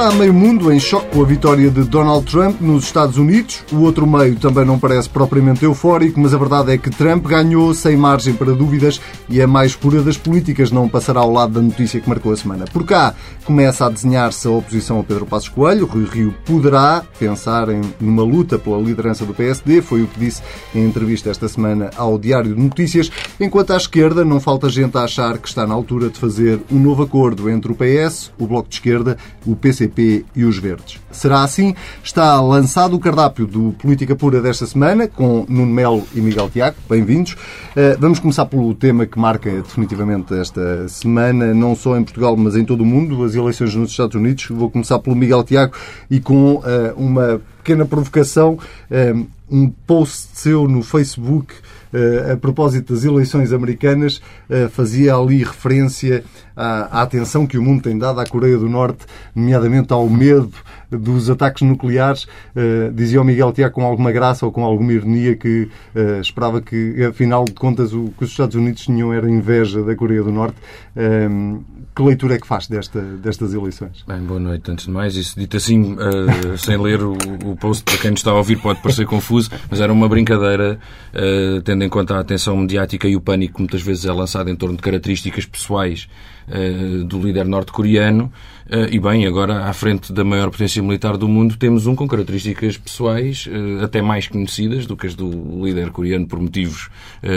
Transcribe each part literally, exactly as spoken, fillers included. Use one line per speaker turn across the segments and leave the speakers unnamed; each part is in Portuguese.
Está meio mundo em choque com a vitória de Donald Trump nos Estados Unidos. O outro meio também não parece propriamente eufórico, mas a verdade é que Trump ganhou sem margem para dúvidas e a mais pura das políticas não passará ao lado da notícia que marcou a semana. Por cá começa a desenhar-se a oposição a Pedro Passos Coelho. Rui Rio poderá pensar em numa luta pela liderança do P S D, foi o que disse em entrevista esta semana ao Diário de Notícias, enquanto à esquerda não falta gente a achar que está na altura de fazer um novo acordo entre o P S, o Bloco de Esquerda, o P C P e os Verdes. Será assim? Está lançado o cardápio do Política Pura desta semana, com Nuno Melo e Miguel Tiago. Bem-vindos. Vamos começar pelo tema que marca definitivamente esta semana, não só em Portugal, mas em todo o mundo, as eleições nos Estados Unidos. Vou começar pelo Miguel Tiago e com uh, uma pequena provocação, um, um post seu no Facebook uh, a propósito das eleições americanas uh, fazia ali referência à, à atenção que o mundo tem dado à Coreia do Norte, nomeadamente ao medo dos ataques nucleares. Uh, dizia o Miguel Tiago com alguma graça ou com alguma ironia que uh, esperava que, afinal de contas, o que os Estados Unidos tinham era inveja da Coreia do Norte. Um, que leitura é que faz desta, destas eleições?
Bem, boa noite, antes de mais. Isso dito assim, uh, sem ler o, o post, para quem nos está a ouvir pode parecer confuso, mas era uma brincadeira, uh, tendo em conta a atenção mediática e o pânico que muitas vezes é lançado em torno de características pessoais uh, do líder norte-coreano. Uh, e bem, agora, à frente da maior potência militar do mundo, temos um com características pessoais uh, até mais conhecidas do que as do líder coreano, por motivos,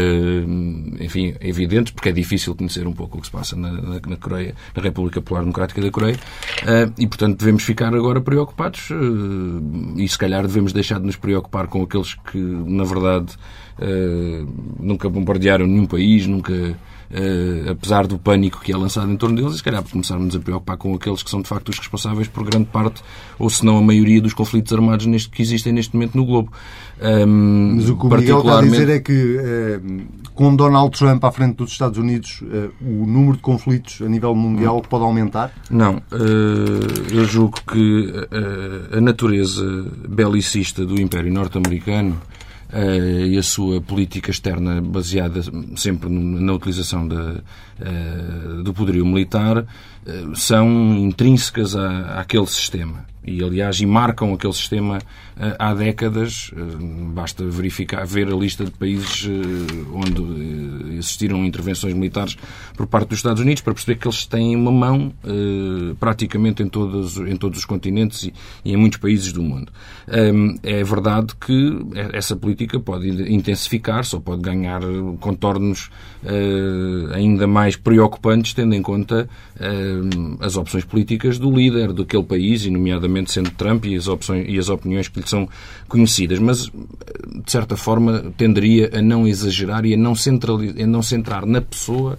uh, enfim, evidentes, porque é difícil conhecer um pouco o que se passa na, na, na Coreia, na República Popular Democrática da Coreia, uh, e, portanto, devemos ficar agora preocupados uh, e, se calhar, devemos deixar de nos preocupar com aqueles que, na verdade, uh, nunca bombardearam nenhum país, nunca... Uh, apesar do pânico que é lançado em torno deles, e se calhar começarmos a preocupar com aqueles que são de facto os responsáveis por grande parte, ou se não a maioria dos conflitos armados neste, que existem neste momento no globo. Um,
Mas o que o Miguel está a dizer é que uh, com Donald Trump à frente dos Estados Unidos, uh, o número de conflitos a nível mundial não. pode aumentar?
Não. Uh, eu julgo que uh, a natureza belicista do Império Norte-Americano Uh, e a sua política externa baseada sempre na utilização da, uh, do poderio militar uh, são intrínsecas à, àquele sistema. E, aliás, e marcam aquele sistema uh, há décadas. Uh, basta verificar, ver a lista de países uh, onde uh, existiram intervenções militares por parte dos Estados Unidos para perceber que eles têm uma mão uh, praticamente em todos, em todos os continentes e, e em muitos países do mundo. Um, é verdade que essa política pode intensificar-se ou pode ganhar contornos uh, ainda mais preocupantes, tendo em conta uh, as opções políticas do líder daquele país, e nomeadamente sendo Trump e as, opções, e as opiniões que lhe são conhecidas. Mas, de certa forma, tenderia a não exagerar e a não, centralizar, a não centrar na pessoa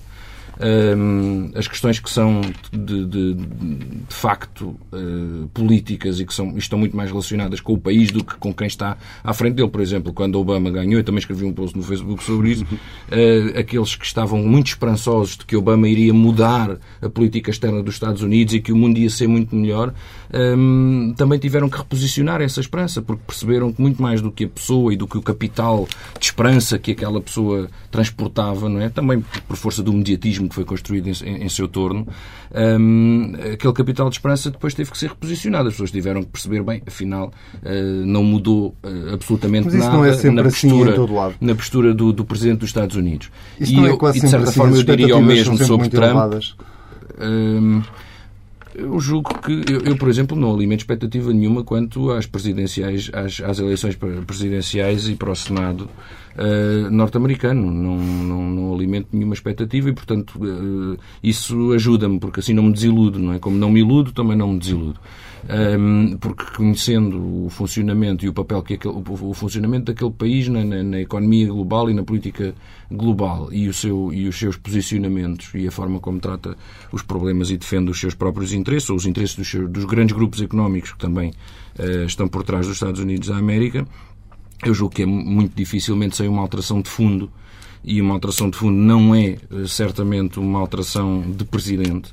um, as questões que são de, de, de facto uh, políticas e que são, estão muito mais relacionadas com o país do que com quem está à frente dele. Por exemplo, quando Obama ganhou, eu também escrevi um post no Facebook sobre isso, uh, aqueles que estavam muito esperançosos de que Obama iria mudar a política externa dos Estados Unidos e que o mundo ia ser muito melhor, um, também tiveram que reposicionar essa esperança, porque perceberam que muito mais do que a pessoa e do que o capital de esperança que aquela pessoa transportava, não é? Também por força do mediatismo que foi construído em, em, em seu torno, um, aquele capital de esperança depois teve que ser reposicionado. As pessoas tiveram que perceber, bem, afinal, uh, não mudou uh, absolutamente
Mas isso
nada
não é sempre
na postura,
assim em todo lado.
na postura do, do Presidente dos Estados Unidos.
Isso
e,
não é
eu,
quase
e de certa
assim,
forma eu diria o mesmo sobre Trump.
Elevadas.
Um, Eu julgo que, eu, eu, por exemplo, não alimento expectativa nenhuma quanto às presidenciais, às, às eleições presidenciais e para o Senado uh, norte-americano. Não, não, não alimento nenhuma expectativa e, portanto, uh, isso ajuda-me, porque assim não me desiludo, não é? Como não me iludo, também não me desiludo. Um, porque conhecendo o funcionamento e o papel que aquele, o funcionamento daquele país na, na, na economia global e na política global e, o seu, e os seus posicionamentos e a forma como trata os problemas e defende os seus próprios interesses ou os interesses dos, seus, dos grandes grupos económicos que também uh, estão por trás dos Estados Unidos da América, eu julgo que é muito dificilmente sem uma alteração de fundo, e uma alteração de fundo não é uh, certamente uma alteração de presidente.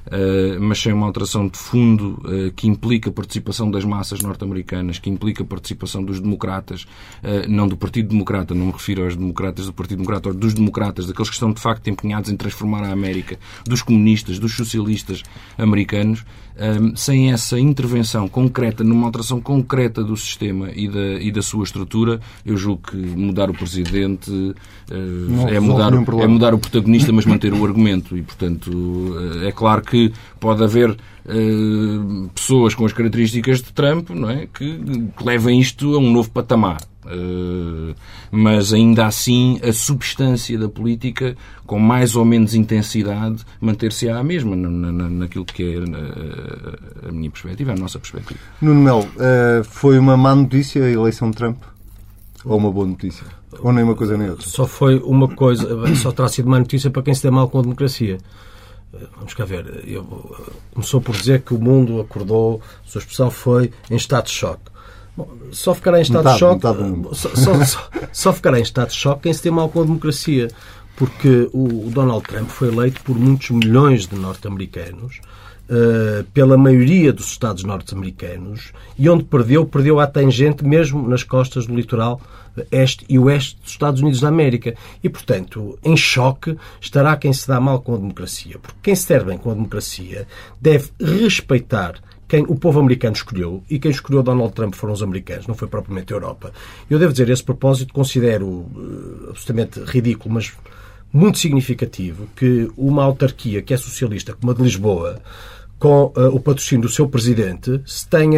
uh, mas sem uma alteração de fundo uh, que implica a participação das massas norte-americanas, que implica a participação dos democratas, uh, não do Partido Democrata, não me refiro aos democratas do Partido Democrata, ou dos democratas, daqueles que estão de facto empenhados em transformar a América, dos comunistas, dos socialistas americanos, um, sem essa intervenção concreta, numa alteração concreta do sistema e da, e da sua estrutura, eu julgo que mudar o presidente uh, é, mudar, é mudar o protagonista, mas manter o argumento. E, portanto, uh, é claro que pode haver uh, pessoas com as características de Trump, não é, que, que levem isto a um novo patamar. Uh, mas ainda assim a substância da política, com mais ou menos intensidade, manter-se à mesma na, na, naquilo que é a, a minha perspectiva, a nossa perspectiva.
Nuno Melo, uh, foi uma má notícia a eleição de Trump? Ou uma boa notícia? Ou nem uma coisa nem outra?
Só foi uma coisa, só terá sido má notícia para quem se der mal com a democracia. Vamos cá ver. Eu, começou por dizer que o mundo acordou, a sua expressão foi em estado de choque. Bom, só ficará em estado
metade,
de choque
metade
só, só, só, só ficará em estado de choque quem se tem mal com a democracia, porque o, o Donald Trump foi eleito por muitos milhões de norte-americanos, uh, pela maioria dos Estados norte-americanos, e onde perdeu, perdeu à tangente mesmo nas costas do litoral este e oeste dos Estados Unidos da América. E, portanto, em choque estará quem se dá mal com a democracia, porque quem se der bem com a democracia deve respeitar quem o povo americano escolheu, e quem escolheu Donald Trump foram os americanos, não foi propriamente a Europa. Eu devo dizer, a esse propósito, considero uh, absolutamente ridículo, mas muito significativo, que uma autarquia que é socialista, como a de Lisboa, com uh, o patrocínio do seu presidente, se tenha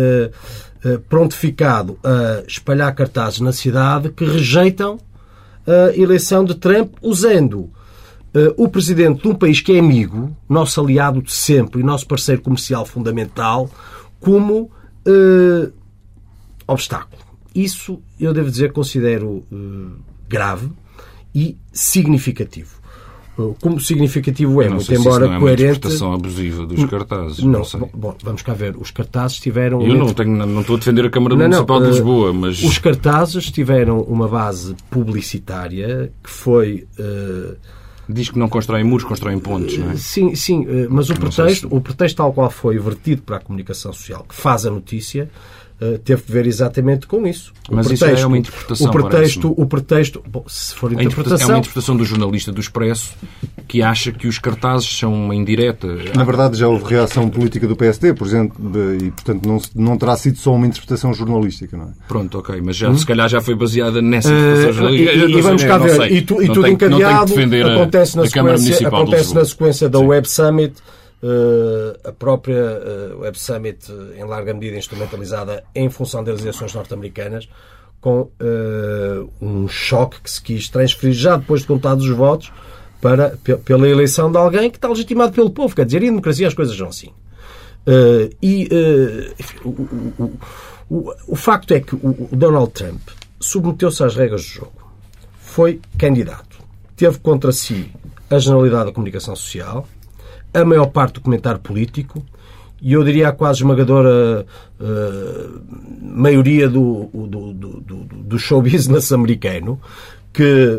uh, uh, prontificado a espalhar cartazes na cidade que rejeitam a eleição de Trump, usando Uh, o presidente de um país que é amigo, nosso aliado de sempre e nosso parceiro comercial fundamental, como uh, obstáculo. Isso, eu devo dizer, considero uh, grave e significativo. Uh, como significativo é,
não
muito
sei
embora
se isso não é
coerente...
uma interpretação abusiva dos cartazes. Não,
não
sei.
Bom, bom, vamos cá ver. Os cartazes tiveram...
Eu não, tenho, não estou a defender a Câmara
não,
Municipal
não,
de
uh,
Lisboa, mas...
Os cartazes tiveram uma base publicitária que foi... Uh,
Diz que não constroem muros, constroem pontes, não é?
Sim, sim, mas o pretexto, o pretexto tal qual foi vertido para a comunicação social, que faz a notícia, teve que ver exatamente com isso. O
mas
pretexto,
isso é uma interpretação,
o pretexto, o pretexto, bom, se for interpretação...
É uma interpretação do jornalista do Expresso que acha que os cartazes são uma indireta.
Na verdade, já houve reação política do P S D, por exemplo, e, portanto, não, não terá sido só uma interpretação jornalística, não é?
Pronto, ok, mas já, hum? se calhar já foi baseada nessa interpretação uh, jornalística.
E, e, e vamos cá ver, e, tu, e tudo tenho, encadeado, acontece, a, na, a sequência, acontece na sequência da Sim. Web Summit, Uh, a própria uh, Web Summit, uh, em larga medida instrumentalizada em função das eleições norte-americanas, com uh, um choque que se quis transferir já depois de contados os votos para, p- pela eleição de alguém que está legitimado pelo povo. Quer dizer, e em democracia as coisas são assim. Uh, e uh, enfim, o, o, o, o facto é que o, o Donald Trump submeteu-se às regras do jogo. Foi candidato. Teve contra si a generalidade da comunicação social, a maior parte do comentário político e eu diria a quase esmagadora uh, maioria do, do, do, do, do show business americano, que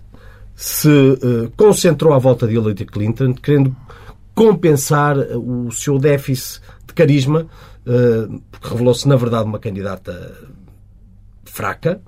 se uh, concentrou à volta de Hillary Clinton, querendo compensar o seu déficit de carisma, uh, porque revelou-se, na verdade, uma candidata fraca,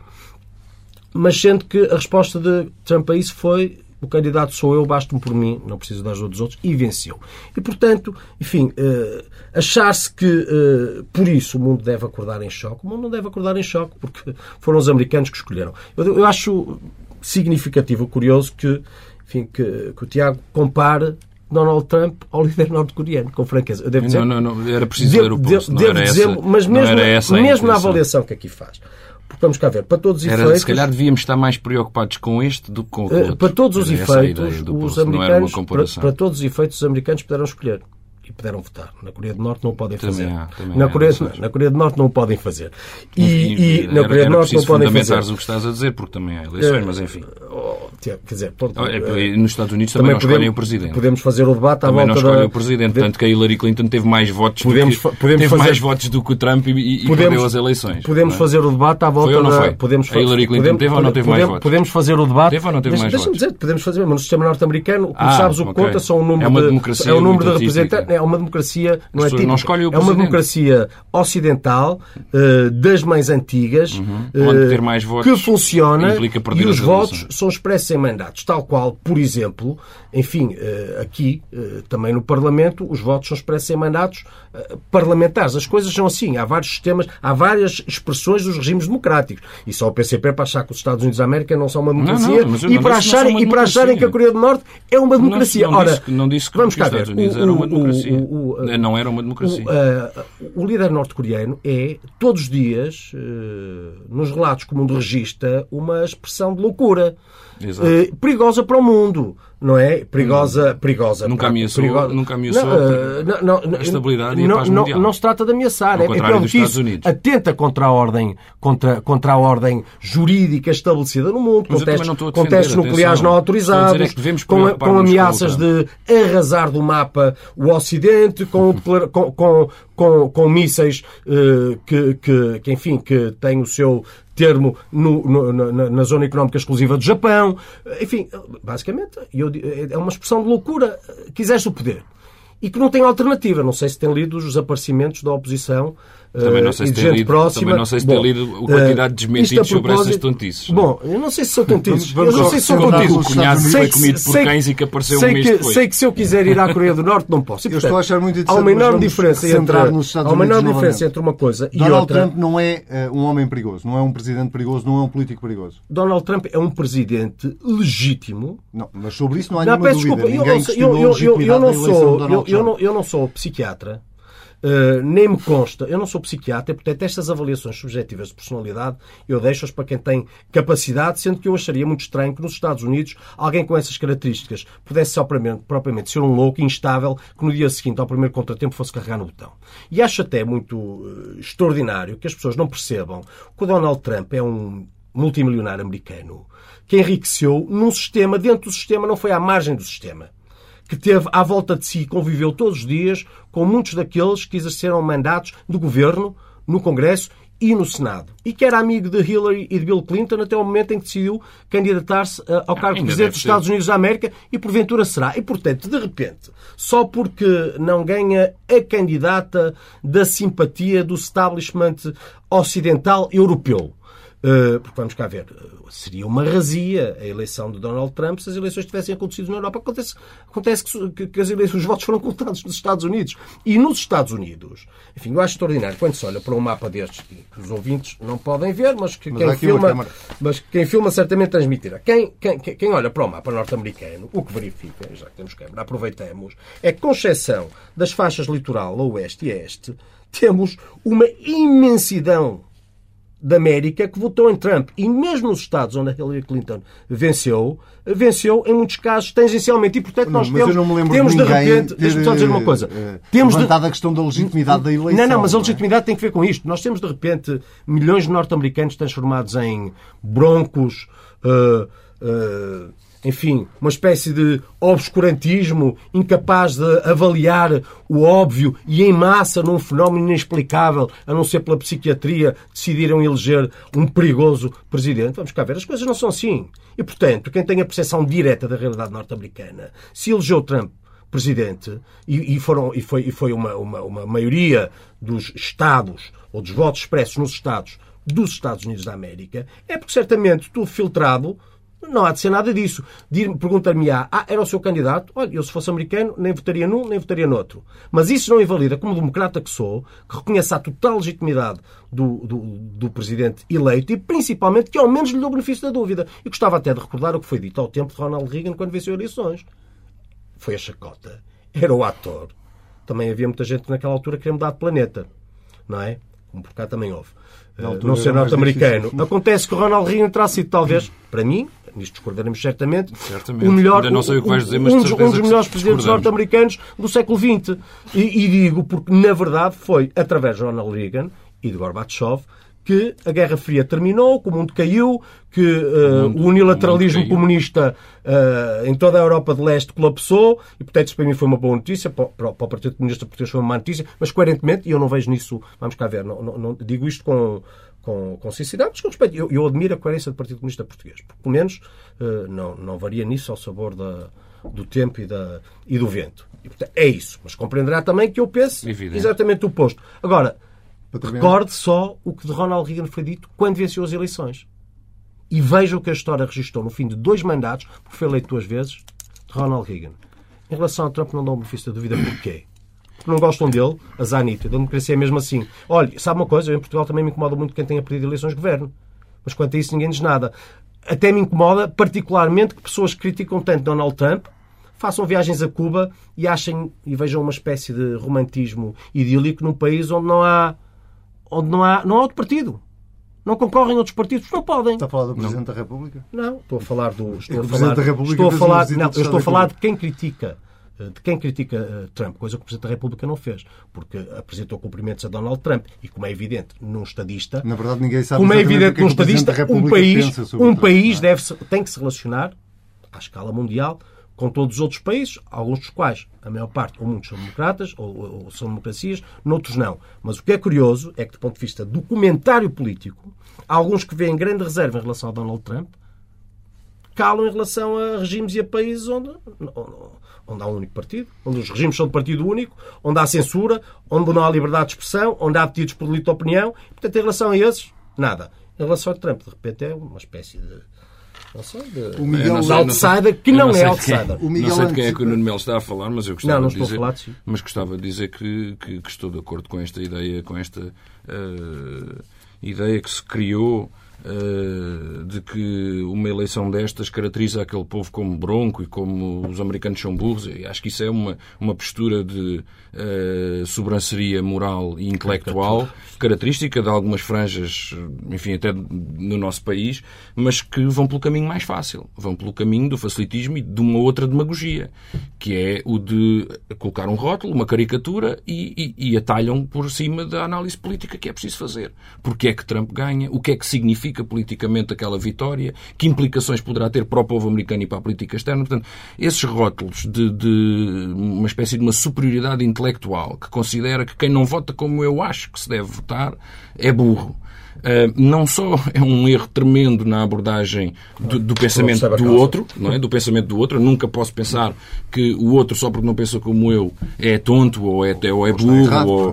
mas sendo que a resposta de Trump a isso foi: o candidato sou eu, basta-me por mim, não preciso da ajuda dos outros, e venceu. E, portanto, enfim, uh, achar-se que uh, por isso o mundo deve acordar em choque, o mundo não deve acordar em choque, porque foram os americanos que escolheram. Eu, eu acho significativo, curioso, que, enfim, que, que o Tiago compare Donald Trump ao líder norte-coreano, com franqueza. Eu devo dizer,
não, não, não, era preciso ler o post,
devo,
não
devo
era
dizer,
essa,
mas mesmo,
não era essa
mesmo na avaliação que aqui faz. Vamos cá ver, para todos os
Era,
efeitos...
Se calhar devíamos estar mais preocupados com este do que com o outro.
Para todos os
era
efeitos, os americanos, para, para
para
todos os efeitos, os americanos puderam escolher e puderam votar. Na Coreia do Norte não o podem fazer.
Também há, também
na,
há,
Coreia, na Coreia do Norte não o podem fazer. E, e, e na Coreia do Norte não podem fazer.
o que estás a dizer, porque também há eleições, mas enfim.
Quer dizer, ponto,
é, é, nos Estados Unidos também, também não escolhem podemos, o Presidente.
Podemos fazer o debate à
também
volta
não escolhem
da...
o Presidente,
podemos...
tanto que a Hillary Clinton teve mais votos,
podemos,
do, que,
podemos
teve
fazer...
mais votos do que o Trump e, e
podemos,
perdeu as eleições.
Podemos
não é?
fazer o debate à volta
foi ou não
da...
foi?
Podemos...
A Hillary Clinton
podemos,
teve ou não teve
podemos,
mais votos?
Podemos fazer o debate...
Teve ou não teve
Deixa,
mais
deixa-me
votos?
dizer, podemos fazer, mas no sistema norte-americano, como
ah,
sabes, o que
okay.
conta são o número
é uma
de...
democracia
é o número de
representantes.
É uma democracia... Não, é típica,
não escolhem o
é uma democracia ocidental, uh, das mais antigas,
uhum.
uh,
ter mais votos
que funciona e os votos
eleições.
são expressos em mandatos, tal qual, por exemplo, enfim, aqui, também no Parlamento, os votos são expressos em mandatos parlamentares. As coisas são assim. Há vários sistemas, há várias expressões dos regimes democráticos. E só o P C P para achar que os Estados Unidos da América não são uma democracia
não, não,
e, para acharem, e para acharem que a Coreia do Norte é uma democracia.
Não, não
Ora,
disse, não disse que
vamos
os Estados
ver.
Unidos
o,
eram uma democracia.
O, o, o,
não era uma democracia.
O, uh, o líder norte-coreano é, todos os dias, uh, nos relatos que o mundo registra, uma expressão de loucura. Uh, perigosa para o mundo, não é? Perigosa, perigosa.
Nunca
para,
ameaçou,
perigosa.
nunca ameaçou
não, não, não,
a estabilidade e a
não,
paz
não,
mundial.
Não se trata de ameaçar.
Ao
é
contrário
é
dos Estados Unidos.
Atenta contra a ordem, contra, contra a ordem jurídica estabelecida no mundo,
mas
com testes, com testes nucleares não autorizados,
é
com, com ameaças de arrasar do mapa o Ocidente, com, com, com, com, com mísseis uh, que, que, que, enfim, que têm o seu termo no, no, na, na zona económica exclusiva do Japão. Enfim, basicamente, eu, é uma expressão de loucura que exerce o poder. E que não tem alternativa. Não sei se tem lido os desaparecimentos da oposição
também não sei se
e de gente
lido,
próxima.
Também não sei se tem lido a quantidade de desmentidos sobre essas tontices.
Bom, eu não sei se são tontices.
Vamos,
eu não sei se são
tontices.
tontices.
O cunhado foi comido por cães e que apareceu
sei
um mês
que,
depois.
Sei que se eu quiser ir à Coreia do Norte não posso. E, portanto,
eu estou a achar muito interessante.
Há uma enorme diferença entre, há uma enorme diferença entre uma coisa e
Donald
outra.
Trump não é uh, um homem perigoso, não é um presidente perigoso, não é um político perigoso.
Donald Trump é um presidente legítimo.
Não, mas sobre isso não há
não,
nenhuma
peço
dúvida.
Desculpa,
Ninguém
eu,
questionou
eu, eu,
a legitimidade
eu, eu não
da eleição
sou,
de Donald
eu, eu,
Trump.
não, eu não sou psiquiatra. Uh, nem me consta, eu não sou psiquiatra e, portanto, estas avaliações subjetivas de personalidade eu deixo-as para quem tem capacidade, sendo que eu acharia muito estranho que nos Estados Unidos alguém com essas características pudesse só propriamente, propriamente ser um louco instável que no dia seguinte, ao primeiro contratempo, fosse carregar no botão. E acho até muito uh, extraordinário que as pessoas não percebam que o Donald Trump é um multimilionário americano que enriqueceu num sistema, dentro do sistema, não foi à margem do sistema, que teve à volta de si e conviveu todos os dias com muitos daqueles que exerceram mandatos de governo no Congresso e no Senado. E que era amigo de Hillary e de Bill Clinton até o momento em que decidiu candidatar-se ao cargo de Presidente dos Estados Unidos da América e porventura será. E, portanto, de repente, só porque não ganha a candidata da simpatia do establishment ocidental europeu, Uh, porque vamos cá ver, seria uma razia a eleição de Donald Trump se as eleições tivessem acontecido na Europa. Acontece, acontece que, que as eleições, os votos foram contados nos Estados Unidos. E nos Estados Unidos, enfim, eu acho extraordinário quando se olha para um mapa destes que os ouvintes não podem ver, mas que
mas
quem, filma, mas quem filma certamente transmitirá. Quem, quem, quem olha para o mapa norte-americano, o que verifica, já que temos câmera, aproveitamos, é que, com exceção das faixas litoral a oeste e a este, temos uma imensidão da América que votou em Trump. E mesmo nos Estados onde a Hillary Clinton venceu, venceu em muitos casos tangencialmente. E, portanto, nós
não,
temos,
eu não me lembro
temos
de,
de repente... Deixa-me só dizer uma coisa.
Uh,
temos
levantada de... a questão da legitimidade da eleição.
Não, não, mas a legitimidade tem que ver com isto. Nós temos, de repente, milhões de norte-americanos transformados em broncos... Uh, uh, enfim, uma espécie de obscurantismo incapaz de avaliar o óbvio e em massa num fenómeno inexplicável, a não ser pela psiquiatria, decidiram eleger um perigoso presidente. Vamos cá ver, as coisas não são assim. E, portanto, quem tem a percepção direta da realidade norte-americana, se elegeu Trump presidente e, e, foram, e foi, e foi uma, uma, uma maioria dos Estados, ou dos votos expressos nos Estados dos Estados Unidos da América, é porque certamente tudo filtrado. Não há de ser nada disso. Perguntar-me-á, ah, era o seu candidato? Olha, eu se fosse americano nem votaria num, nem votaria noutro. Mas isso não invalida, como democrata que sou, que reconheço a total legitimidade do, do, do presidente eleito e, principalmente, que ao menos lhe deu o benefício da dúvida. E gostava até de recordar o que foi dito ao tempo de Ronald Reagan quando venceu eleições. Foi a chacota. Era o ator. Também havia muita gente que naquela altura queria mudar de planeta. Não é? Como por cá também houve. Uh, não ser norte-americano. Acontece que o Ronald Reagan terá sido, talvez, para mim, nisto discordaremos certamente,
certamente.
o melhor,
não sei o que vais dizer, mas
um, dos, um dos melhores presidentes norte-americanos do século vinte. E, e digo porque, na verdade, foi através de Ronald Reagan e de Gorbachev que a Guerra Fria terminou, que o mundo caiu, que uh, o, mundo, o unilateralismo o comunista uh, em toda a Europa de Leste colapsou, e portanto isso para mim foi uma boa notícia, para, para o Partido Comunista Português foi uma má notícia, mas coerentemente, e eu não vejo nisso, vamos cá ver, não, não, não digo isto com, com, com sinceridade, mas com respeito, eu, eu admiro a coerência do Partido Comunista Português, porque pelo menos uh, não, não varia nisso ao sabor da, do tempo e, da, e do vento. E, portanto, é isso, mas compreenderá também que eu penso Evidente. exatamente o oposto. Agora, recorde só o que de Ronald Reagan foi dito quando venceu as eleições. E veja o que a história registrou no fim de dois mandatos, porque foi eleito duas vezes, de Ronald Reagan. Em relação a Trump, não dá um benefício da dúvida porquê. Porque não gostam dele, a Zanita. A democracia é mesmo assim. Olha, sabe uma coisa? Eu em Portugal também me incomoda muito quem tenha perdido eleições de governo. Mas quanto a isso ninguém diz nada. Até me incomoda particularmente que pessoas que criticam tanto Donald Trump façam viagens a Cuba e achem e vejam uma espécie de romantismo idílico num país onde não há onde não há, não há outro partido. Não concorrem outros partidos, não podem.
Está a falar do Presidente não. da República?
Não, estou a falar do... Estou a falar, da República estou a falar, não, eu estou a falar de quem critica de quem critica uh, Trump, coisa que o Presidente da República não fez, porque apresentou cumprimentos a Donald Trump e, como é evidente, num estadista...
Na verdade, ninguém sabe
como é evidente num estadista, um país, um país
Trump,
deve -se, tem que se relacionar, à escala mundial, com todos os outros países, alguns dos quais, a maior parte, ou muitos são democratas, ou, ou são democracias, noutros não. Mas o que é curioso é que, do ponto de vista do comentário político, há alguns que veem grande reserva em relação a Donald Trump, calam em relação a regimes e a países onde, onde há um único partido, onde os regimes são de partido único, onde há censura, onde não há liberdade de expressão, onde há detidos por delito de opinião. Portanto, em relação a esses, nada. Em relação a Trump, de repente, é uma espécie de... Não sei, de, o Miguel
não sei,
outsider,
não sei,
que não,
não
é outsider.
Quem, não sei de quem é que o Nuno Melo está a falar, mas eu gostava
não, não
de dizer,
a falar de si.
mas gostava de dizer que, que, que estou de acordo com esta ideia, com esta uh, ideia que se criou uh, de que uma eleição destas caracteriza aquele povo como bronco e como os americanos são burros. E acho que isso é uma, uma postura de uh, sobranceria moral e intelectual característica de algumas franjas, enfim, até no nosso país, mas que vão pelo caminho mais fácil. Vão pelo caminho do facilitismo e de uma outra demagogia, que é o de colocar um rótulo, uma caricatura e, e, e atalham por cima da análise política que é preciso fazer. Porque é que Trump ganha? O que é que significa politicamente aquela vitória? Que implicações poderá ter para o povo americano e para a política externa? Portanto, esses rótulos de, de uma espécie de uma superioridade intelectual que considera que quem não vota como eu acho que se deve votar é burro. Uh, não só é um erro tremendo na abordagem do, do pensamento do outro, não é? Do pensamento do outro. Eu nunca posso pensar que o outro, só porque não pensa como eu, é tonto ou é, ou é burro. Ou,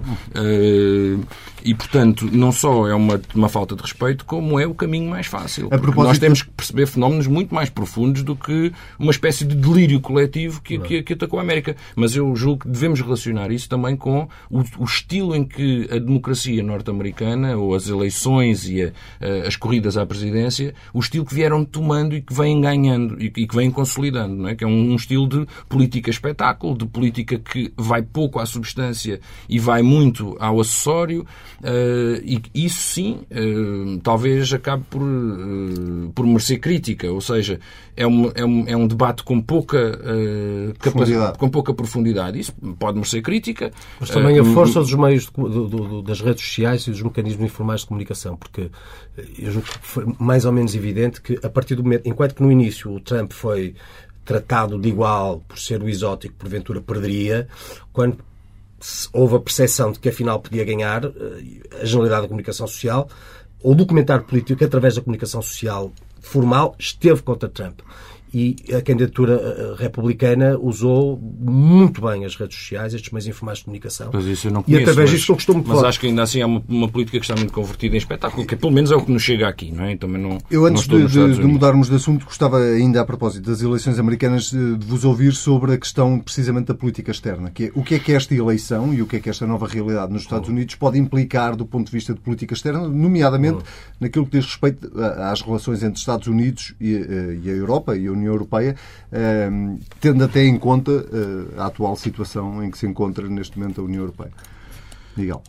uh, e, portanto, não só é uma, uma falta de respeito, como é o caminho mais fácil. Propósito... Nós temos que perceber fenómenos muito mais profundos do que uma espécie de delírio coletivo que, que, que atacou a América. Mas eu julgo que devemos relacionar isso também com o, o estilo em que a democracia norte-americana, ou as eleições e a, a, as corridas à presidência, o estilo que vieram tomando e que vêm ganhando e, e que vêm consolidando, não é? Que é um, um estilo de política espetáculo, de política que vai pouco à substância e vai muito ao acessório. Uh, e isso sim, uh, talvez acabe por, uh, por merecer crítica, ou seja, é, uma, é, um, é um debate com pouca, uh,
profundidade.
com pouca profundidade. Isso pode merecer crítica.
Mas também a força uh, dos meios de, do, do, das redes sociais e dos mecanismos informais de comunicação, porque eu julgo que foi mais ou menos evidente que a partir do momento, enquanto que no início o Trump foi tratado de igual por ser o exótico, porventura perderia, quando houve a percepção de que afinal podia ganhar, a generalidade da comunicação social, o documentário político, através da comunicação social formal, esteve contra Trump. E a candidatura republicana usou muito bem as redes sociais, estes meios informais de comunicação.
Mas isso eu não conheço,
e através
mas,
disso eu costumo
Mas acho que ainda assim há uma, uma política que está muito convertida em espetáculo, que pelo menos é o que nos chega aqui, não é? Também não,
eu, antes
não
de, de, de mudarmos de assunto, gostava ainda, a propósito das eleições americanas, de vos ouvir sobre a questão precisamente da política externa. Que é, o que é que esta eleição e o que é que esta nova realidade nos Estados Unidos pode implicar do ponto de vista de política externa, nomeadamente uhum. naquilo que diz respeito às relações entre Estados Unidos e, e a Europa e a União Europeia, Uh, tendo até em conta uh, a atual situação em que se encontra neste momento a União Europeia. Miguel.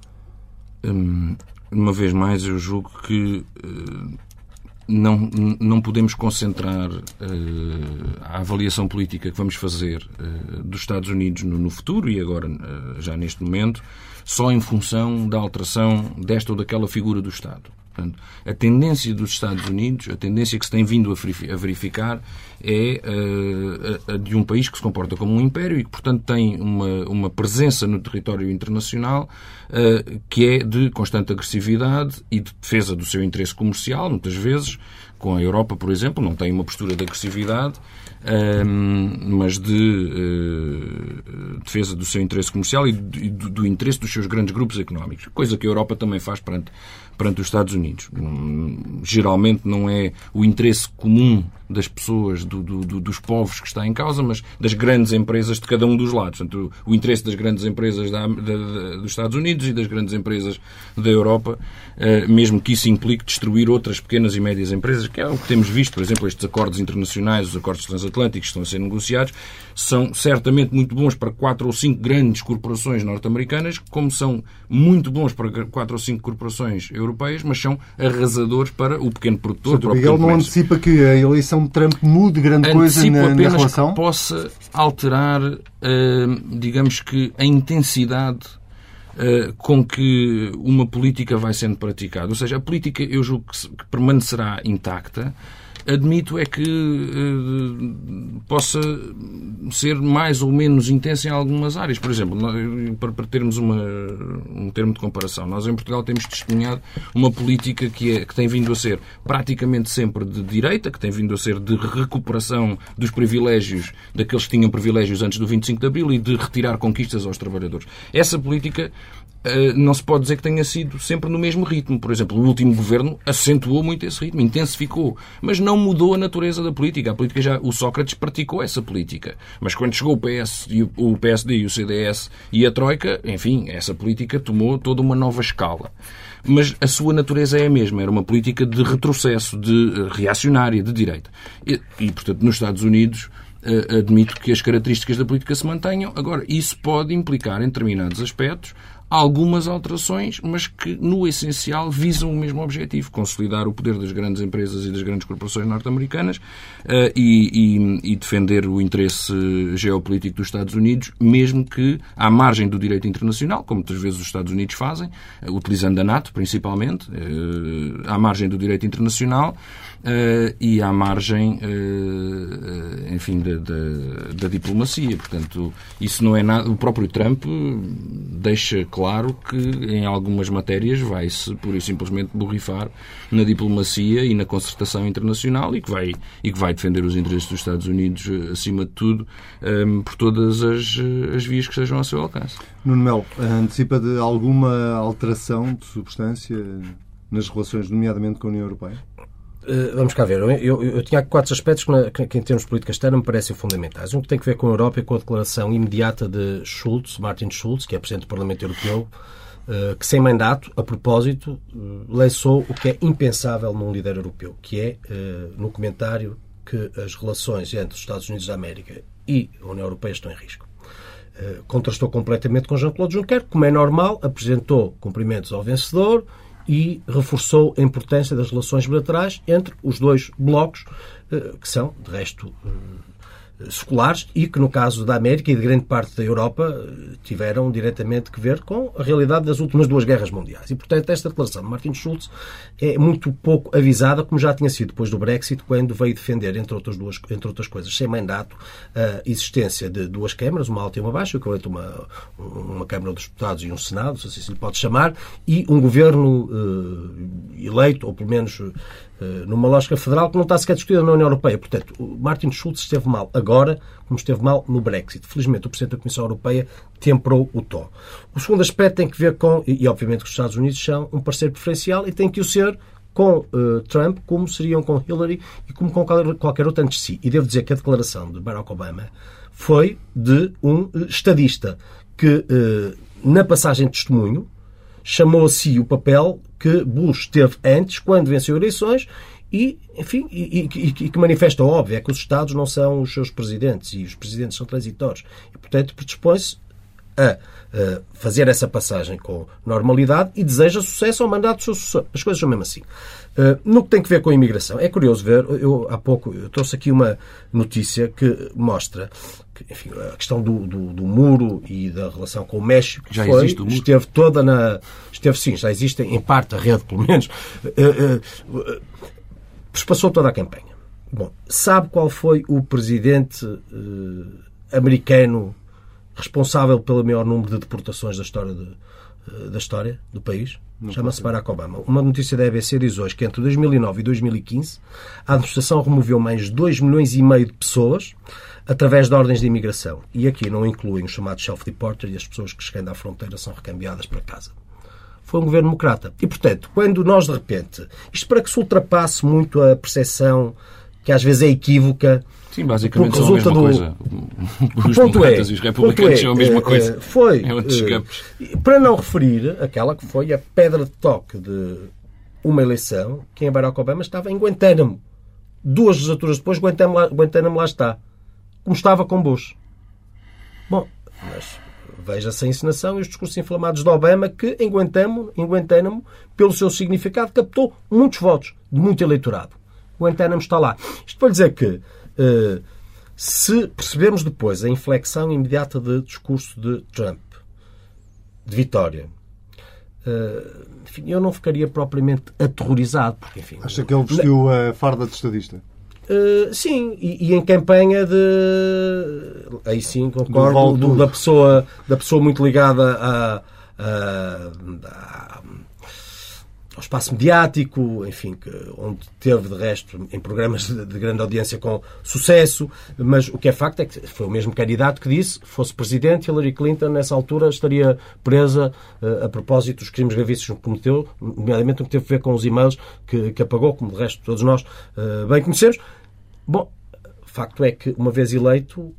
Um, uma vez mais, eu julgo que uh, não, não podemos concentrar uh, a avaliação política que vamos fazer uh, dos Estados Unidos no, no futuro e agora uh, já neste momento só em função da alteração desta ou daquela figura do Estado. Portanto, a tendência dos Estados Unidos, a tendência que se tem vindo a verificar é uh, a, a de um país que se comporta como um império e que, portanto, tem uma, uma presença no território internacional uh, que é de constante agressividade e de defesa do seu interesse comercial, muitas vezes, com a Europa, por exemplo, não tem uma postura de agressividade, um, mas de uh, defesa do seu interesse comercial e do, do interesse dos seus grandes grupos económicos, coisa que a Europa também faz perante, perante os Estados Unidos. Geralmente não é o interesse comum das pessoas, do, do, dos povos que está em causa, mas das grandes empresas de cada um dos lados. Portanto, o, o interesse das grandes empresas da, da, da, dos Estados Unidos e das grandes empresas da Europa, uh, mesmo que isso implique destruir outras pequenas e médias empresas, que é o que temos visto, por exemplo, estes acordos internacionais, os acordos transatlânticos que estão a ser negociados, são certamente muito bons para quatro ou cinco grandes corporações norte-americanas, como são muito bons para quatro ou cinco corporações europeias, mas são arrasadores para o pequeno produtor.
Portanto, o Miguel não antecipa que a eleição de Trump mude grande
Antecipo
coisa na, na relação?
Que possa alterar, uh, digamos que, a intensidade uh, com que uma política vai sendo praticada. Ou seja, a política, eu julgo que, que permanecerá intacta. Admito é que uh, possa ser mais ou menos intensa em algumas áreas. Por exemplo, para, para termos uma, um termo de comparação, nós em Portugal temos testemunhado uma política que, é, que tem vindo a ser praticamente sempre de direita, que tem vindo a ser de recuperação dos privilégios daqueles que tinham privilégios antes do vinte e cinco de Abril e de retirar conquistas aos trabalhadores. Essa política uh, não se pode dizer que tenha sido sempre no mesmo ritmo. Por exemplo, o último governo acentuou muito esse ritmo, intensificou, mas não mudou a natureza da política. A política já, o Sócrates praticou essa política. Mas quando chegou o P S, o P S D e o C D S e a Troika, enfim, essa política tomou toda uma nova escala. Mas a sua natureza é a mesma. Era uma política de retrocesso, de reacionária, de direita. E, e portanto, nos Estados Unidos, admito que as características da política se mantenham. Agora, isso pode implicar, em determinados aspectos, algumas alterações, mas que, no essencial, visam o mesmo objetivo, consolidar o poder das grandes empresas e das grandes corporações norte-americanas uh, e, e, e defender o interesse geopolítico dos Estados Unidos, mesmo que à margem do direito internacional, como muitas vezes os Estados Unidos fazem, uh, utilizando a NATO, principalmente, uh, à margem do direito internacional uh, e à margem, uh, enfim, da, da, da diplomacia. Portanto, isso não é nada... O próprio Trump deixa claro Claro que em algumas matérias vai-se pura e simplesmente borrifar na diplomacia e na concertação internacional e que vai, e que vai defender os interesses dos Estados Unidos, acima de tudo, um, por todas as, as vias que sejam ao seu alcance.
Nuno Melo, antecipa de alguma alteração de substância nas relações, nomeadamente com a União Europeia?
Uh, vamos cá ver. Eu, eu, eu tinha quatro aspectos que, na, que, que em termos de política externa me parecem fundamentais. Um que tem que ver com a Europa e com a declaração imediata de Schulz, Martin Schulz, que é Presidente do Parlamento Europeu, uh, que sem mandato, a propósito, uh, lançou o que é impensável num líder europeu, que é, uh, no comentário, que as relações entre os Estados Unidos da América e a União Europeia estão em risco. Uh, contrastou completamente com Jean-Claude Juncker, como é normal, apresentou cumprimentos ao vencedor e reforçou a importância das relações bilaterais entre os dois blocos, que são, de resto, seculares e que, no caso da América e de grande parte da Europa, tiveram diretamente que ver com a realidade das últimas duas guerras mundiais. E, portanto, esta declaração de Martin Schulz é muito pouco avisada, como já tinha sido depois do Brexit, quando veio defender, entre outras, duas, entre outras coisas, sem mandato, a existência de duas câmaras, uma alta e uma baixa, equivalente a uma, uma Câmara dos Deputados e um Senado, se assim se lhe pode chamar, e um governo uh, eleito, ou pelo menos uh, numa lógica federal, que não está sequer discutida na União Europeia. Portanto, o Martin Schulz esteve mal agora, como esteve mal no Brexit. Felizmente, o Presidente da Comissão Europeia temperou o tom. O segundo aspecto tem que ver com, e obviamente que os Estados Unidos são um parceiro preferencial e tem que o ser com uh, Trump, como seriam com Hillary e como com qualquer outro antes de si. E devo dizer que a declaração de Barack Obama foi de um uh, estadista que, uh, na passagem de testemunho, chamou a si o papel que Bush teve antes, quando venceu eleições, e, enfim, e, e, e que manifesta o óbvio, é que os Estados não são os seus presidentes e os presidentes são transitórios. E, portanto, predispõe-se a uh, fazer essa passagem com normalidade e deseja sucesso ao mandato do seu sucessor. As coisas são mesmo assim. Uh, no que tem que ver com a imigração, é curioso ver, eu há pouco eu trouxe aqui uma notícia que mostra que, enfim, a questão do, do, do muro e da relação com o México
já
foi,
existe o muro?
esteve toda na... Esteve sim, já existe em parte a rede, pelo menos. Uh, uh, uh, Passou toda a campanha. Bom, sabe qual foi o presidente uh, americano responsável pelo maior número de deportações da história, de, uh, da história do país? Chama-se Barack Obama. Uma notícia da A B C diz hoje que entre dois mil e nove e dois mil e quinze a administração removeu mais de dois milhões e meio de pessoas através de ordens de imigração. E aqui não incluem os chamados self-deporters e as pessoas que chegando à fronteira são recambiadas para casa. Foi um governo democrata. E, portanto, quando nós, de repente, isto para que se ultrapasse muito a percepção que às vezes é equívoca.
Sim, basicamente são a mesma do... coisa. Os democratas é, e os republicanos são a mesma coisa.
Foi,
é outros campos.
Para não referir aquela que foi a pedra de toque de uma eleição, que em Barack Obama estava em Guantánamo. Duas legislaturas depois, Guantánamo lá, Guantánamo lá está. Como estava com Bush. Bom, mas veja-se a encenação e os discursos inflamados de Obama, que em Guantánamo, em Guantánamo, pelo seu significado, captou muitos votos de muito eleitorado. Guantánamo está lá. Isto para dizer que, uh, se percebermos depois a inflexão imediata de discurso de Trump, de vitória, uh, enfim, eu não ficaria propriamente aterrorizado. Porque, enfim,
acha que ele vestiu na... a farda de estadista?
Uh, sim, e, e em campanha de... Aí sim, concordo, do, da, pessoa, da pessoa muito ligada a, a, a, ao espaço mediático, enfim, que, onde teve, de resto, em programas de, de grande audiência com sucesso, mas o que é facto é que foi o mesmo candidato que disse, fosse presidente, Hillary Clinton, nessa altura, estaria presa uh, a propósito dos crimes gravíssimos que cometeu, nomeadamente o que teve a ver com os e-mails que, que apagou, como de resto todos nós uh, bem conhecemos. Bom, o facto é que, uma vez eleito,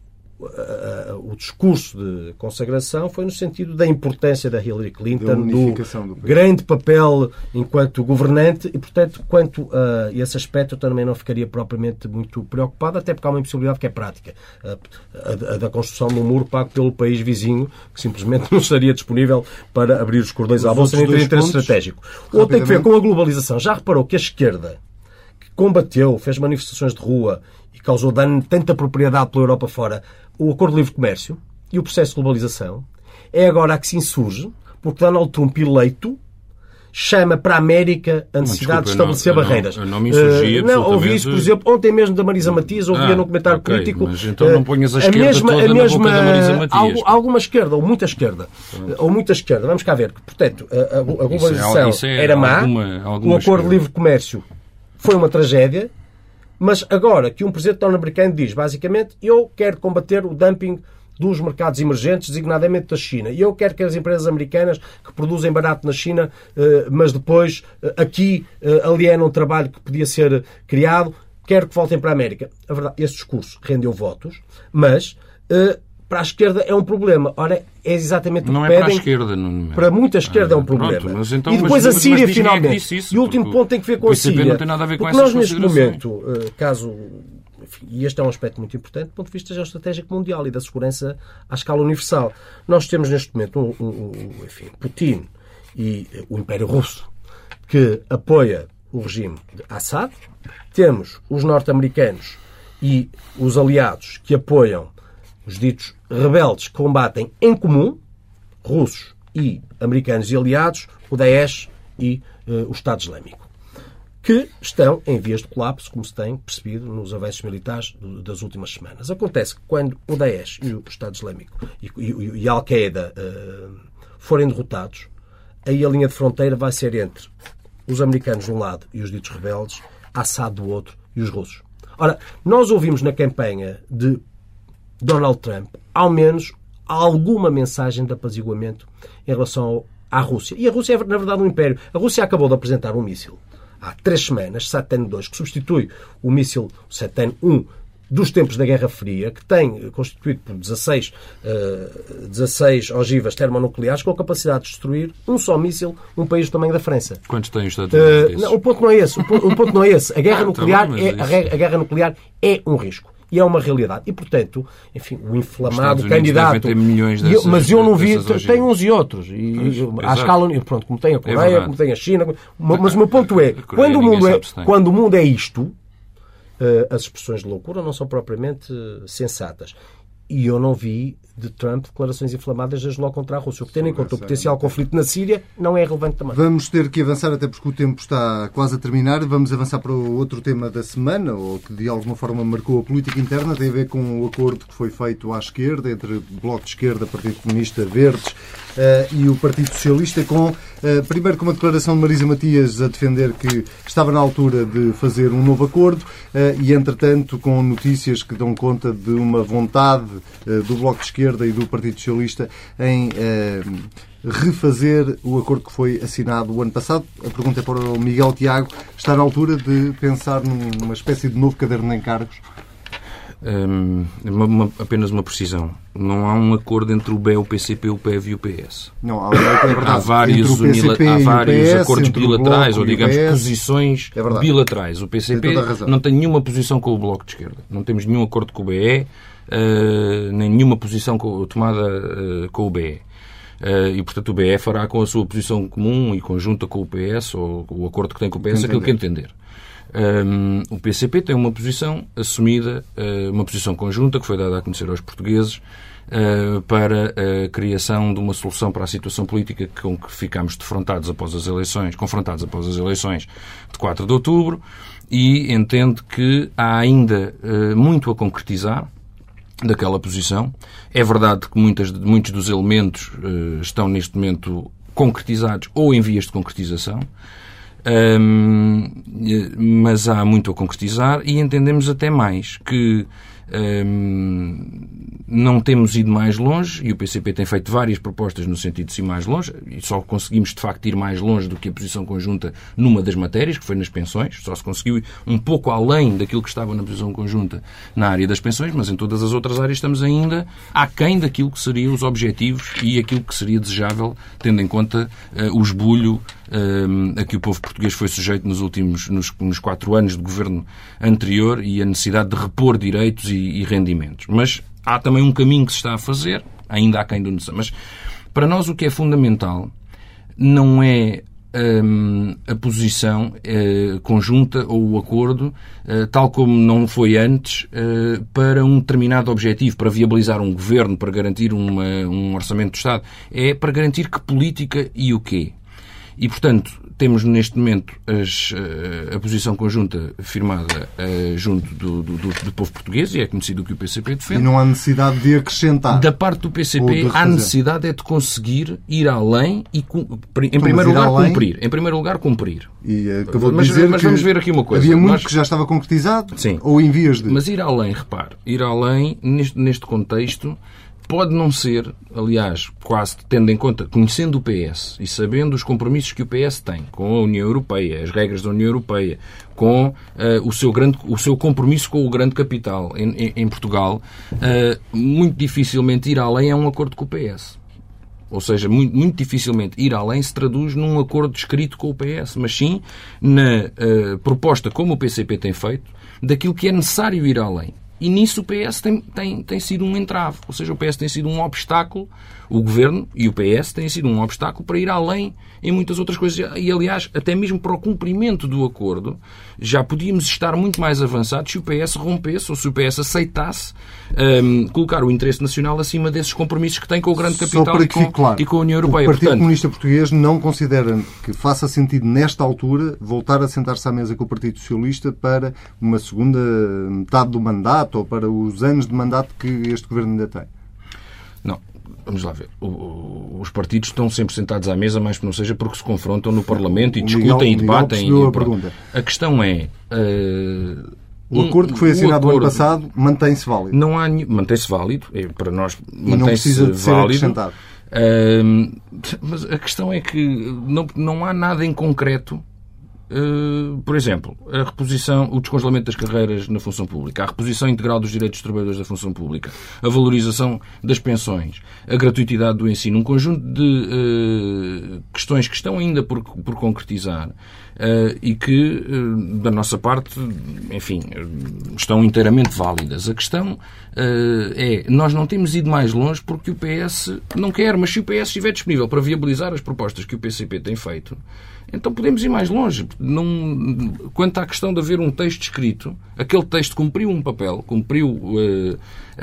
o discurso de consagração foi no sentido da importância da Hillary Clinton, do, do grande papel enquanto governante e, portanto, quanto a esse aspecto eu também não ficaria propriamente muito preocupado, até porque há uma impossibilidade que é prática, a, a, a da construção de um muro pago pelo país vizinho, que simplesmente não estaria disponível para abrir os cordões à bolsa nem ter interesse estratégico. Outro tem que ver com a globalização. Já reparou que a esquerda, que combateu, fez manifestações de rua e causou dano de tanta propriedade pela Europa fora, o Acordo de Livre Comércio e o processo de globalização, é agora a que se insurge, porque Donald Trump eleito chama para a América a necessidade não, desculpa, de estabelecer
não,
barreiras.
Eu não, eu não me insurgi
uh, Não, ouvi isso, por exemplo, ontem mesmo da Marisa Matias, ouvia ah, num comentário
okay,
político...
Mas então não ponhas a esquerda a mesma, toda a mesma, na boca da Marisa Matias. Algo,
alguma esquerda, ou muita esquerda, uh, ou muita esquerda. Vamos cá ver que, portanto, a, a globalização isso é, isso é era má, alguma, alguma o Acordo esquerda. de Livre Comércio foi uma tragédia, mas agora que um presidente norte-americano diz, basicamente, eu quero combater o dumping dos mercados emergentes, designadamente da China. E eu quero que as empresas americanas que produzem barato na China, mas depois aqui alienam trabalho que podia ser criado, quero que voltem para a América. A verdade, esse discurso rendeu votos, mas para a esquerda é um problema. Ora, é exatamente o
não
que
é
pedem.
Para a esquerda, não...
Para muita esquerda ah, é um problema.
Pronto, mas então,
e depois
mas,
a Síria,
mas
finalmente.
Isso,
e o último ponto tem que ver com a Síria.
Não tem nada a ver com
porque nós, neste momento, caso... Enfim, e este é um aspecto muito importante do ponto de vista geoestratégico mundial e da segurança à escala universal. Nós temos neste momento um, um, um, enfim, Putin e o Império Russo que apoia o regime de Assad. Temos os norte-americanos e os aliados que apoiam os ditos rebeldes que combatem em comum, russos e americanos e aliados, o Daesh e uh, o Estado Islâmico, que estão em vias de colapso, como se tem percebido nos avanços militares das últimas semanas. Acontece que quando o Daesh e o Estado Islâmico e, e, e a Al-Qaeda uh, forem derrotados, aí a linha de fronteira vai ser entre os americanos de um lado e os ditos rebeldes, Assad do outro e os russos. Ora, nós ouvimos na campanha de Donald Trump, ao menos, alguma mensagem de apaziguamento em relação ao, à Rússia. E a Rússia é, na verdade, um império. A Rússia acabou de apresentar um míssil há três semanas, Satan dois, que substitui o míssil Satan um dos tempos da Guerra Fria, que tem, constituído por dezasseis, uh, dezasseis ogivas termonucleares, com a capacidade de destruir um só míssil num país do tamanho da França.
Quantos tem os Estados Unidos?
Uh, não, o ponto não é esse. O ponto, o ponto não é esse. A guerra, ah, nuclear, tá bom, é, a, a guerra nuclear é um risco. E é uma realidade. E, portanto, enfim, o inflamado candidato...
Ter milhões dessas,
eu, mas eu não vi...
Tem
Tem uns e outros. E,
pois,
à escala... Pronto, como tem a Coreia,
é
como tem a China... Mas o meu ponto é, quando o mundo é, quando o mundo é isto, as expressões de loucura não são propriamente sensatas. E eu não vi de Trump declarações inflamadas desde logo contra a Rússia. O que tendo em conta o potencial conflito na Síria não é relevante também.
Vamos ter que avançar, até porque o tempo está quase a terminar. Vamos avançar para o outro tema da semana, ou que de alguma forma marcou a política interna. Tem a ver com o acordo que foi feito à esquerda, entre o Bloco de Esquerda, Partido Comunista, Verdes uh, e o Partido Socialista, com, uh, primeiro com uma declaração de Marisa Matias a defender que estava na altura de fazer um novo acordo uh, e, entretanto, com notícias que dão conta de uma vontade uh, do Bloco de Esquerda e do Partido Socialista em uh, refazer o acordo que foi assinado o ano passado. A pergunta é para o Miguel Tiago. Está na altura de pensar numa espécie de novo caderno de encargos?
Um, uma, uma, apenas uma precisão. Não há um acordo entre o B E, o P C P, o P E V e o P S.
Não, há, é verdade,
há vários, unila- há vários P S, acordos bilaterais, ou digamos,
P S,
posições é bilaterais. O P C P tem não tem nenhuma posição com o Bloco de Esquerda. Não temos nenhum acordo com o B E, uh, nem nenhuma posição com, tomada uh, com o B E. Uh, e, portanto, o B E fará com a sua posição comum e conjunta com o P S, ou o acordo que tem com o P S, aquilo que entender. Um, o P C P tem uma posição assumida, uh, uma posição conjunta que foi dada a conhecer aos portugueses uh, para a criação de uma solução para a situação política com que ficámos defrontados após as eleições, confrontados após as eleições de quatro de outubro, e entende que há ainda uh, muito a concretizar daquela posição. É verdade que muitas, muitos dos elementos uh, estão neste momento concretizados ou em vias de concretização. Um, mas há muito a concretizar e entendemos até mais que um, não temos ido mais longe, e o P C P tem feito várias propostas no sentido de ir mais longe, e só conseguimos de facto ir mais longe do que a posição conjunta numa das matérias, que foi nas pensões. Só se conseguiu ir um pouco além daquilo que estava na posição conjunta na área das pensões, mas em todas as outras áreas estamos ainda aquém daquilo que seriam os objetivos e aquilo que seria desejável, tendo em conta uh, o esbulho uh, a que o povo português foi sujeito nos últimos nos, nos quatro anos de governo anterior, e a necessidade de repor direitos e, e rendimentos. Mas há também um caminho que se está a fazer, ainda há quem do necessário. Mas para nós o que é fundamental não é hum, a posição uh, conjunta ou o acordo, uh, tal como não foi antes, uh, para um determinado objetivo, para viabilizar um governo, para garantir uma, um orçamento do Estado. É para garantir que política e o quê. E, portanto, temos neste momento as, a posição conjunta firmada uh, junto do, do, do povo português, e é conhecido o que o P C P defende.
E não há necessidade de acrescentar.
Da parte do P C P, há necessidade é de conseguir ir além e, em primeiro lugar, além... cumprir. Em primeiro lugar, cumprir.
E acabou de
mas,
dizer
mas
que
vamos ver aqui uma coisa.
Havia muito
Nós...
que já estava concretizado?
Sim.
Ou em vias de...
Mas ir além, repare, ir além, neste, neste contexto, pode não ser, aliás, quase tendo em conta, conhecendo o P S e sabendo os compromissos que o P S tem com a União Europeia, as regras da União Europeia, com uh, o, seu grande, o seu compromisso com o grande capital em, em, em Portugal, uh, muito dificilmente ir além é um acordo com o P S. Ou seja, muito, muito dificilmente ir além se traduz num acordo escrito com o P S, mas sim na uh, proposta, como o P C P tem feito, daquilo que é necessário ir além. E nisso o P S tem, tem, tem sido um entrave. Ou seja, o P S tem sido um obstáculo, o Governo e o P S têm sido um obstáculo para ir além em muitas outras coisas. E, aliás, até mesmo para o cumprimento do acordo, já podíamos estar muito mais avançados se o P S rompesse ou se o P S aceitasse um, colocar o interesse nacional acima desses compromissos que tem com o grande capital e com,
claro,
e com a União Europeia.
O Partido
Portanto,
Comunista Português não considera que faça sentido, nesta altura, voltar a sentar-se à mesa com o Partido Socialista para uma segunda metade do mandato ou para os anos de mandato que este Governo ainda tem?
Não. Vamos lá ver. O, o, os partidos estão sempre sentados à mesa, mais que não seja porque se confrontam no Parlamento e discutem Miguel, e debatem.
E,
a, pergunta. a questão é... Uh,
o acordo que foi assinado no ano passado mantém-se válido?
Não há... Mantém-se válido. Para nós
mantém-se não precisa de ser acrescentado.
Uh, mas a questão é que não, não há nada em concreto por exemplo, a reposição, o descongelamento das carreiras na função pública, a reposição integral dos direitos dos trabalhadores da função pública, a valorização das pensões, a gratuitidade do ensino, um conjunto de uh, questões que estão ainda por, por concretizar uh, e que, uh, da nossa parte, enfim, uh, estão inteiramente válidas. A questão uh, é, nós não temos ido mais longe porque o P S não quer, mas se o P S estiver disponível para viabilizar as propostas que o P C P tem feito, então podemos ir mais longe. Não, quanto à questão de haver um texto escrito, aquele texto cumpriu um papel, cumpriu uh,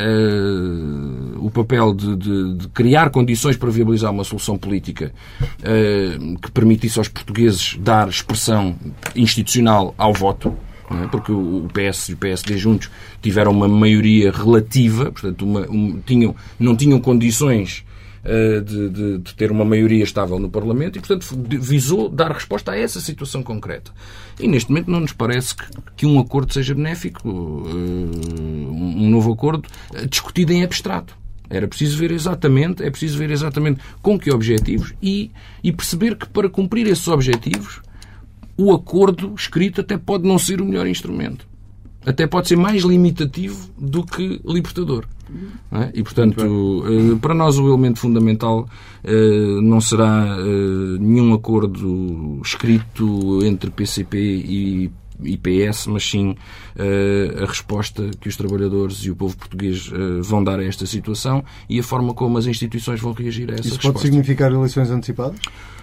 uh, o papel de, de, de criar condições para viabilizar uma solução política uh, que permitisse aos portugueses dar expressão institucional ao voto, não é? Porque o P S e o P S D juntos tiveram uma maioria relativa, portanto uma, um, tinham, não tinham condições De, de, de ter uma maioria estável no Parlamento e, portanto, visou dar resposta a essa situação concreta. E, neste momento, não nos parece que, que um acordo seja benéfico, um novo acordo discutido em abstrato. Era preciso ver exatamente, é preciso ver exatamente com que objetivos e, e perceber que, para cumprir esses objetivos, o acordo escrito até pode não ser o melhor instrumento. Até pode ser mais limitativo do que libertador. Não é? E, portanto, para nós o elemento fundamental não será nenhum acordo escrito entre P C P e e P S, mas sim a resposta que os trabalhadores e o povo português vão dar a esta situação e a forma como as instituições vão reagir a essa
Isso
resposta.
Pode significar eleições antecipadas?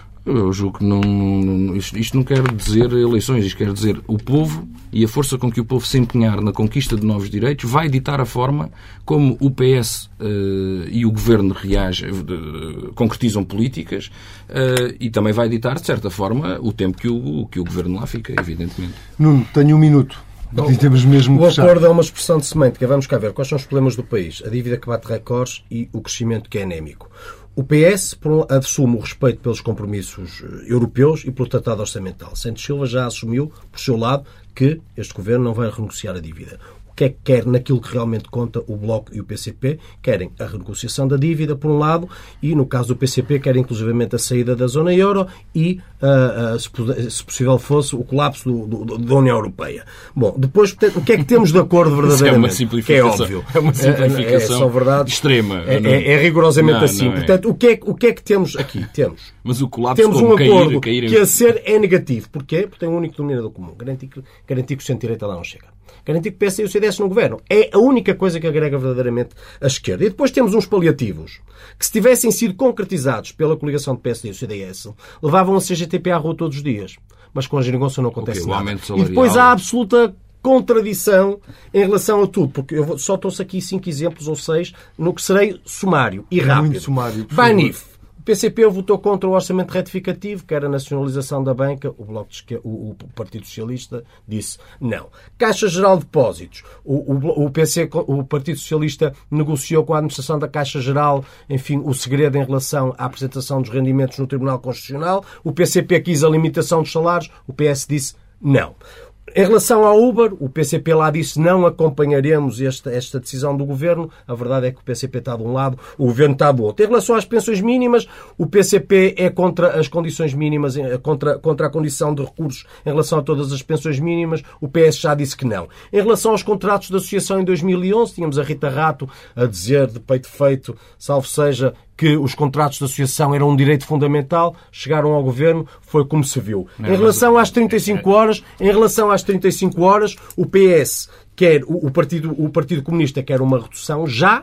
Eu julgo que não, não isto, isto não quer dizer eleições, isto quer dizer o povo e a força com que o povo se empenhar na conquista de novos direitos vai ditar a forma como o P S uh, e o Governo reagem, uh, concretizam políticas uh, e também vai ditar, de certa forma, o tempo que o, que o Governo lá fica, evidentemente.
Nuno, tenho um minuto.
Bom, temos mesmo o acordo é uma expressão de semântica. Vamos cá ver quais são os problemas do país. A dívida que bate recordes e o crescimento que é anémico. O P S assume o respeito pelos compromissos europeus e pelo Tratado Orçamental. Santos Silva já assumiu, por seu lado, que este governo não vai renegociar a dívida. O que é que quer naquilo que realmente conta o Bloco e o P C P? Querem a renegociação da dívida, por um lado, e, no caso do P C P, querem inclusivamente a saída da zona euro e, uh, uh, se, se possível fosse, o colapso do, do, da União Europeia. Bom, depois, portanto, o que é que temos de acordo verdadeiramente?
É uma simplificação,
que é óbvio.
É uma simplificação
é, é, verdade,
extrema.
É, é, é rigorosamente
não,
assim.
Não é.
Portanto, o que, é, o que é que temos aqui? Temos,
Mas o colapso
temos um
cair,
acordo
cair em...
que a ser é negativo. Porquê? Porque tem um único denominador comum. Garantir que, garantir que o centro-direita lá não chega. Garantir que o P S e o C D S não governam. É a única coisa que agrega verdadeiramente a esquerda. E depois temos uns paliativos que, se tivessem sido concretizados pela coligação de P S D e o C D S, levavam a C G T P à rua todos os dias. Mas com a geringonça não acontece okay, nada. E depois há a absoluta contradição em relação a tudo. Porque eu só trouxe aqui cinco exemplos ou seis no que serei sumário e rápido.
Muito sumário.
Banif. O P C P votou contra o orçamento retificativo, que era a nacionalização da banca. O, Bloco de Esquerda, o, o Partido Socialista disse não. Caixa Geral de Depósitos. O, o, o, P C, o Partido Socialista negociou com a administração da Caixa Geral, enfim, o segredo em relação à apresentação dos rendimentos no Tribunal Constitucional. O P C P quis a limitação dos salários. O P S disse não. Em relação ao Uber, o P C P lá disse não acompanharemos esta, esta decisão do Governo. A verdade é que o P C P está de um lado, o Governo está do outro. Em relação às pensões mínimas, o P C P é contra as condições mínimas, contra, contra a condição de recursos em relação a todas as pensões mínimas. O P S já disse que não. Em relação aos contratos de associação em dois mil e onze, tínhamos a Rita Rato a dizer de peito feito, salvo seja, que os contratos de associação eram um direito fundamental, chegaram ao Governo, foi como se viu. Não, em relação mas... às trinta e cinco horas, em relação às trinta e cinco horas, o P S quer, o, o, Partido, o Partido Comunista quer uma redução já,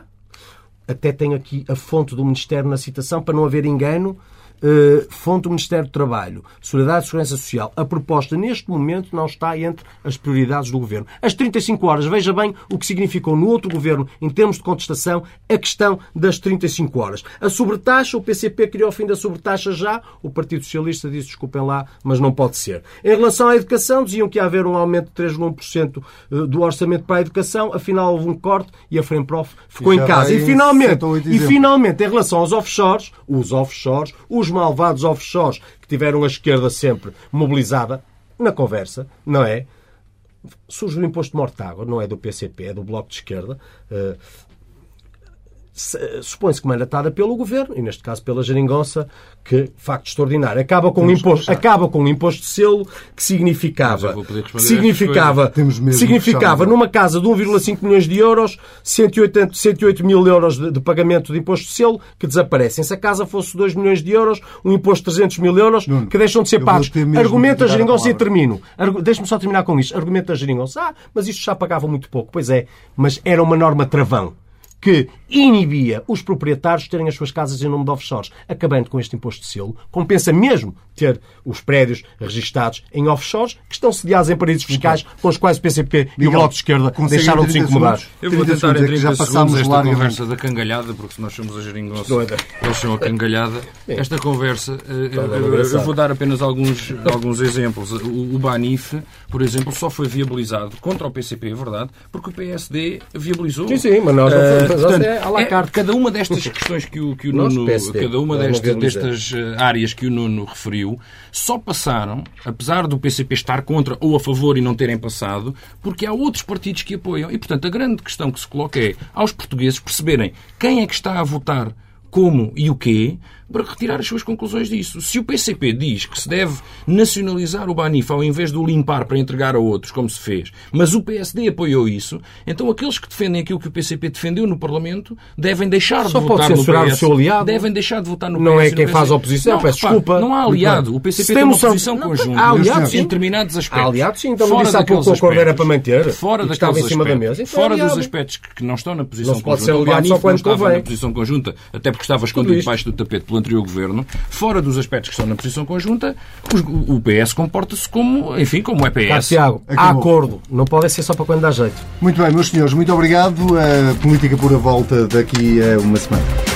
até tenho aqui a fonte do Ministério na citação, para não haver engano, Uh, fonte do Ministério do Trabalho, Solidariedade e Segurança Social. A proposta, neste momento, não está entre as prioridades do Governo. As trinta e cinco horas, veja bem o que significou no outro Governo, em termos de contestação, a questão das trinta e cinco horas. A sobretaxa, o P C P queria o fim da sobretaxa já, o Partido Socialista disse, desculpem lá, mas não pode ser. Em relação à educação, diziam que ia haver um aumento de três vírgula um por cento do orçamento para a educação, afinal houve um corte e a FREMPROF ficou
e
em casa. E finalmente, e
exemplos.
finalmente, em relação aos offshores, os offshores, os malvados offshores que tiveram a esquerda sempre mobilizada na conversa, não é? Surge o imposto de morte de água, não é do P C P, é do Bloco de Esquerda. supõe-se que mandatada pelo Governo, e neste caso pela Geringonça, que, facto extraordinário, acaba com, um imposto, acaba com um imposto de selo que significava, que significava, significava numa casa de um vírgula cinco milhões de euros, cento e oito mil euros de, de pagamento de imposto de selo que desaparecem. Se a casa fosse dois milhões de euros, um imposto de trezentos mil euros Nuno, que deixam de ser pagos. Argumenta a Geringonça e termino. Deixe-me só terminar com isto. Argumenta a Geringonça. Ah, mas isto já pagava muito pouco. Pois é, mas era uma norma travão que inibia os proprietários de terem as suas casas em nome de offshores. Acabando com este imposto de selo, compensa mesmo ter os prédios registados em offshores que estão sediados em paraísos fiscais com os quais o P C P e o Bloco de Esquerda deixaram de se incomodar.
Eu vou tentar em trinta segundos esta conversa da cangalhada, porque se nós somos a Geringonça, eles são a cangalhada. Esta conversa, eu vou dar apenas alguns, alguns exemplos. O Banif, por exemplo, só foi viabilizado contra o P C P, é verdade, porque o P S D viabilizou.
Sim, sim, mas nós não
uh, portanto, é à la carte. É, cada uma destas questões que o, que o Nuno, cada uma destas, destas áreas que o Nuno referiu, só passaram, apesar do P C P estar contra ou a favor e não terem passado, porque há outros partidos que apoiam. E, portanto, a grande questão que se coloca é aos portugueses perceberem quem é que está a votar como e o quê, para retirar as suas conclusões disso. Se o P C P diz que se deve nacionalizar o Banif ao invés de o limpar para entregar a outros, como se fez, mas o P S D apoiou isso, então aqueles que defendem aquilo que o P C P defendeu no Parlamento devem deixar
Só
de votar
no
P S.
O seu aliado.
Devem deixar de votar no
não
P S.
Não é quem faz a oposição, não, peço
repare,
desculpa.
Não há aliado. O P C P tem uma posição
não,
conjunta
há aliados,
em determinados aspectos.
Há aliados, sim. Então não disse há pouco que o acordo era para manter.
Fora
daqueles estava em cima da mesa.
Então, fora dos aspectos que não estão na posição
não
conjunta.
Ser
o Banif
só quando
não estava
convém.
na posição conjunta, até porque estava escondido debaixo do tapete pelo anterior governo. Fora dos aspectos que estão na posição conjunta, o P S comporta-se como, enfim, como é P S.
Tiago, há acordo. Não pode ser só para quando dá jeito.
Muito bem, meus senhores, muito obrigado. A política por a volta daqui a uma semana.